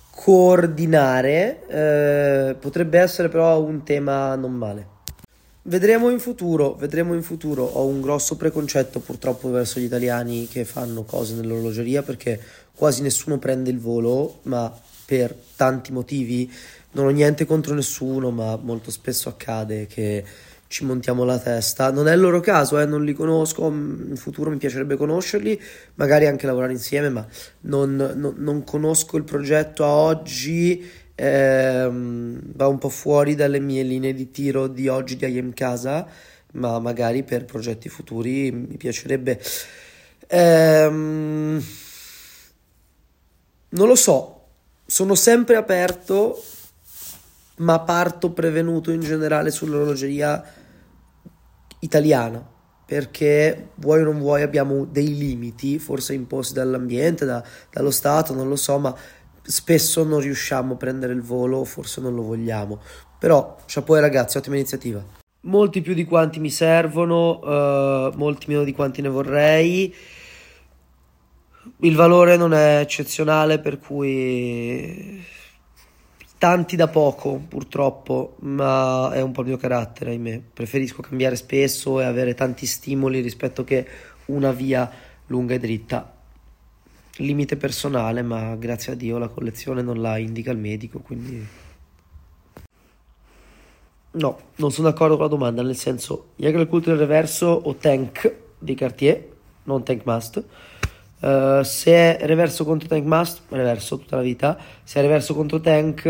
coordinare. Potrebbe essere però un tema non male. Vedremo in futuro. Ho un grosso preconcetto purtroppo verso gli italiani che fanno cose nell'orologeria, perché quasi nessuno prende il volo, ma per tanti motivi. Non ho niente contro nessuno, ma molto spesso accade che ci montiamo la testa. Non è il loro caso, non li conosco, in futuro mi piacerebbe conoscerli, magari anche lavorare insieme, ma non conosco il progetto a oggi, va un po' fuori dalle mie linee di tiro di oggi di I Am Casa, ma magari per progetti futuri mi piacerebbe. Non lo so, sono sempre aperto, ma parto prevenuto in generale sull'orologeria italiana, perché vuoi o non vuoi abbiamo dei limiti, forse imposti dall'ambiente, dallo Stato, non lo so, ma spesso non riusciamo a prendere il volo, forse non lo vogliamo. Però, chapeau ai ragazzi, ottima iniziativa. Molti più di quanti mi servono, molti meno di quanti ne vorrei. Il valore non è eccezionale, per cui tanti da poco, purtroppo, ma è un po' il mio carattere, ahimè. Preferisco cambiare spesso e avere tanti stimoli rispetto che una via lunga e dritta. Limite personale, ma grazie a Dio la collezione non la indica il medico, quindi no, non sono d'accordo con la domanda, nel senso Jaeger Culture reverso o Tank di Cartier, non Tank Must. Se è reverso contro Tank Must, reverso tutta la vita. Se è reverso contro Tank,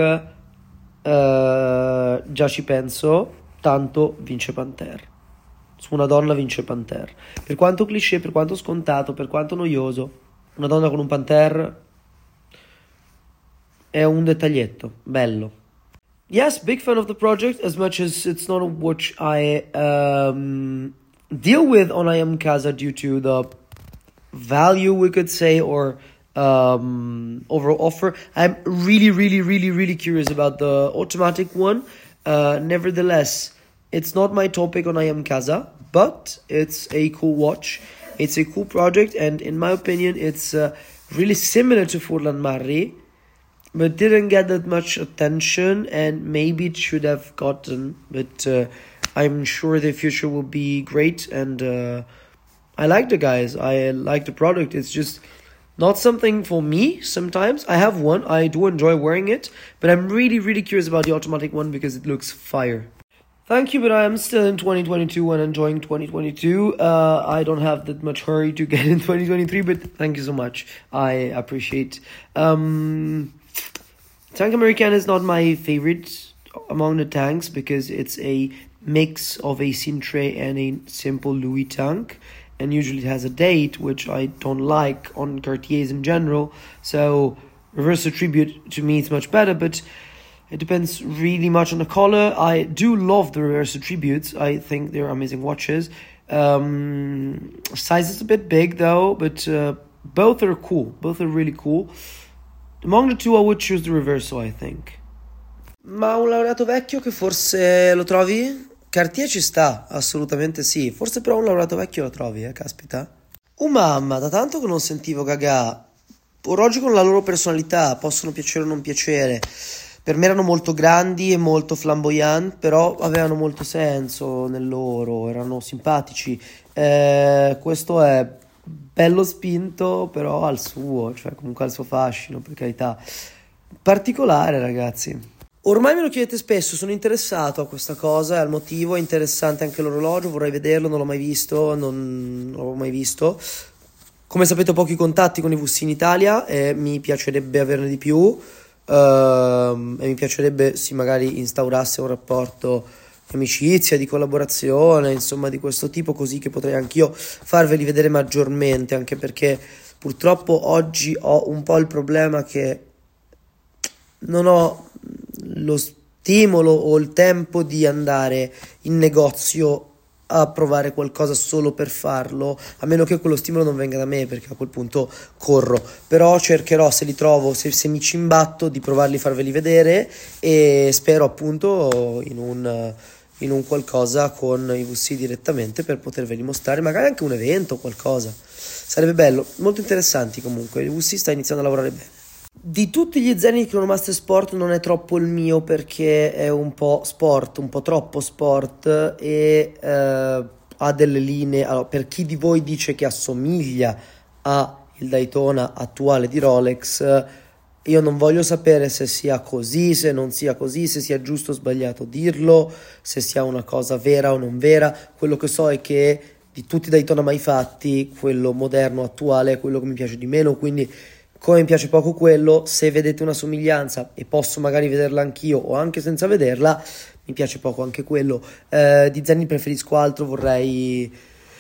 già ci penso, tanto vince Panther. Su una donna vince Panther. Per quanto cliché, per quanto scontato, per quanto noioso, una donna con un Panther è un dettaglietto bello. Yes, big fan of the project, as much as it's not a watch I deal with on I Am Casa due to the value, we could say, or overall offer. I'm really curious about the automatic one. Nevertheless, it's not my topic on I Am Casa, but it's a cool watch. It's a cool project, and in my opinion, it's really similar to Furlan Marri, but didn't get that much attention, and maybe it should have gotten, but I'm sure the future will be great, and I like the guys, I like the product. It's just not something for me sometimes. I have one, I do enjoy wearing it, but I'm really curious about the automatic one because it looks fire. Thank you, but I am still in 2022 and enjoying 2022. I don't have that much hurry to get in 2023, but thank you so much. I appreciate. Tank American is not my favorite among the tanks because it's a mix of a Sintre and a simple Louis tank. And usually it has a date, which I don't like on Cartiers in general. So reverse attribute to me is much better, but it depends really much on the color. I do love the reverse attributes. I think they're amazing watches. Size is a bit big though, but both are cool. Both are really cool. Among the two, I would choose the Reverso, I think. Ma un laureato vecchio che forse lo trovi? Cartier ci sta, assolutamente sì. Forse però un laureato vecchio lo trovi, caspita. Mamma, da tanto che non sentivo Gaga. Orologi con la loro personalità possono piacere o non piacere. Per me erano molto grandi e molto flamboyant, però avevano molto senso nel loro, erano simpatici. Questo è bello spinto, però al suo, cioè comunque al suo fascino, per carità. Particolare, ragazzi. Ormai me lo chiedete spesso, sono interessato a questa cosa, è al motivo, è interessante anche l'orologio, vorrei vederlo, non l'ho mai visto, non l'ho mai visto. Come sapete ho pochi contatti con i VC in Italia e mi piacerebbe averne di più. E mi piacerebbe sì magari instaurasse un rapporto di amicizia, di collaborazione, insomma di questo tipo, così che potrei anch'io farveli vedere maggiormente, anche perché purtroppo oggi ho un po' il problema che non ho lo stimolo o il tempo di andare in negozio a provare qualcosa solo per farlo, a meno che quello stimolo non venga da me, perché a quel punto corro. Però cercherò, se li trovo, se mi ci imbatto, di provarli, farveli vedere, e spero appunto in un qualcosa con i VC direttamente per poterveli mostrare, magari anche un evento o qualcosa. Sarebbe bello, molto interessanti comunque. Il VC sta iniziando a lavorare bene. Di tutti gli zaini di Chronomaster Sport non è troppo il mio, perché è un po' sport, un po' troppo sport, e ha delle linee. Allora, per chi di voi dice che assomiglia a il Daytona attuale di Rolex, io non voglio sapere se sia così, se non sia così, se sia giusto o sbagliato dirlo, se sia una cosa vera o non vera. Quello che so è che di tutti i Daytona mai fatti, quello moderno attuale è quello che mi piace di meno, quindi come mi piace poco quello, se vedete una somiglianza e posso magari vederla anch'io o anche senza vederla, mi piace poco anche quello. Di zaini preferisco altro, vorrei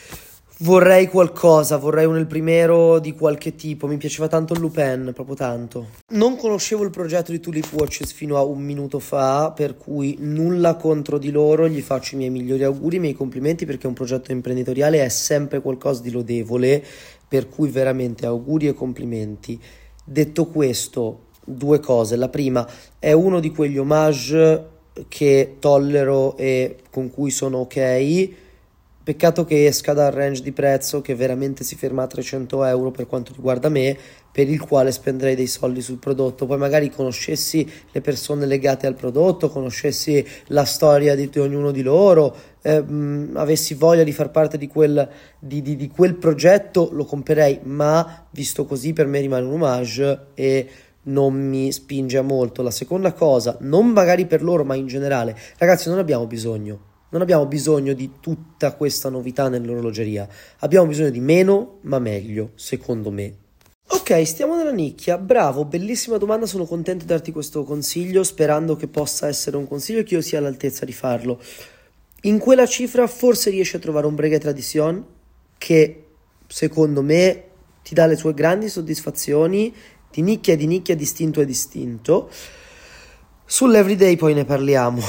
qualcosa, vorrei un El Primero di qualche tipo. Mi piaceva tanto il Lupin, proprio tanto. Non conoscevo il progetto di Tulip Watches fino a un minuto fa, per cui nulla contro di loro, gli faccio i miei migliori auguri, i miei complimenti, perché un progetto imprenditoriale è sempre qualcosa di lodevole, per cui veramente auguri e complimenti. Detto questo, due cose. La prima, è uno di quegli homage che tollero e con cui sono ok. Peccato che esca dal range di prezzo che veramente si ferma a 300 euro per quanto riguarda me, per il quale spenderei dei soldi sul prodotto. Poi magari conoscessi le persone legate al prodotto, conoscessi la storia di ognuno di loro, avessi voglia di far parte di quel progetto, lo comprerei, ma visto così per me rimane un homage e non mi spinge a molto. La seconda cosa, non magari per loro ma in generale, ragazzi, non abbiamo bisogno di tutta questa novità nell'orologeria, abbiamo bisogno di meno ma meglio, secondo me. Ok, stiamo nella nicchia, bravo, bellissima domanda, sono contento di darti questo consiglio, sperando che possa essere un consiglio che io sia all'altezza di farlo. In quella cifra forse riesci a trovare un Breguet Tradition che secondo me ti dà le sue grandi soddisfazioni, di nicchia, distinto e distinto. Sull'Everyday poi ne parliamo.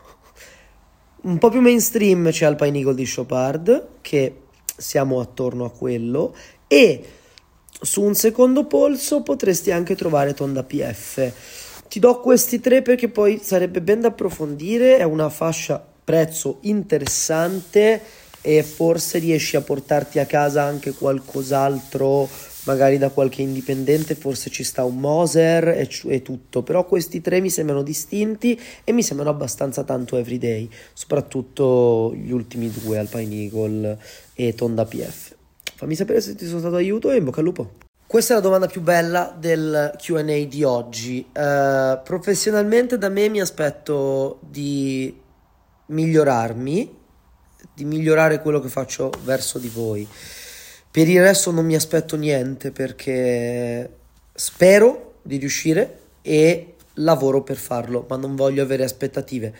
Un po' più mainstream c'è Alpine Eagle di Chopard, che siamo attorno a quello, e su un secondo polso potresti anche trovare Tonda PF. Ti do questi tre perché poi sarebbe ben da approfondire, è una fascia prezzo interessante e forse riesci a portarti a casa anche qualcos'altro, magari da qualche indipendente, forse ci sta un Moser e tutto, però questi tre mi sembrano distinti e mi sembrano abbastanza tanto everyday, soprattutto gli ultimi due, Alpine Eagle e Tonda PF. Fammi sapere se ti sono stato d'aiuto e in bocca al lupo. Questa è la domanda più bella del Q&A di oggi. Professionalmente da me mi aspetto di migliorarmi, di migliorare quello che faccio verso di voi. Per il resto non mi aspetto niente, perché spero di riuscire e lavoro per farlo, ma non voglio avere aspettative.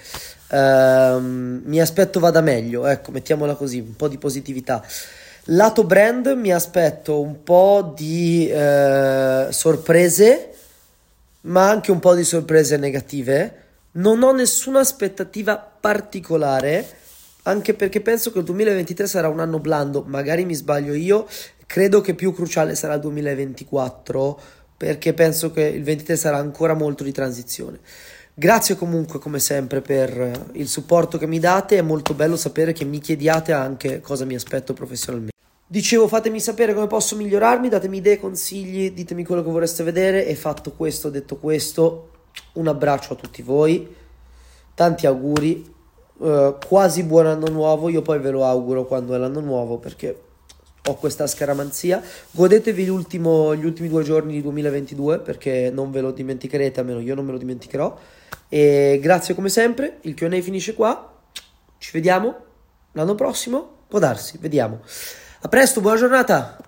Mi aspetto vada meglio, ecco, mettiamola così, un po' di positività. Lato brand mi aspetto un po' di sorprese, ma anche un po' di sorprese negative. Non ho nessuna aspettativa particolare, anche perché penso che il 2023 sarà un anno blando, magari mi sbaglio io, credo che più cruciale sarà il 2024, perché penso che il 23 sarà ancora molto di transizione. Grazie comunque come sempre per il supporto che mi date, è molto bello sapere che mi chiediate anche cosa mi aspetto professionalmente. Dicevo, fatemi sapere come posso migliorarmi, datemi idee, consigli, ditemi quello che vorreste vedere, e fatto questo, detto questo, un abbraccio a tutti voi, tanti auguri, quasi buon anno nuovo. Io poi ve lo auguro quando è l'anno nuovo, perché ho questa scaramanzia. Godetevi gli ultimi 2 giorni di 2022, perché non ve lo dimenticherete, almeno io non me lo dimenticherò. E grazie come sempre, il Q&A finisce qua, ci vediamo l'anno prossimo, può darsi, vediamo. A presto, buona giornata!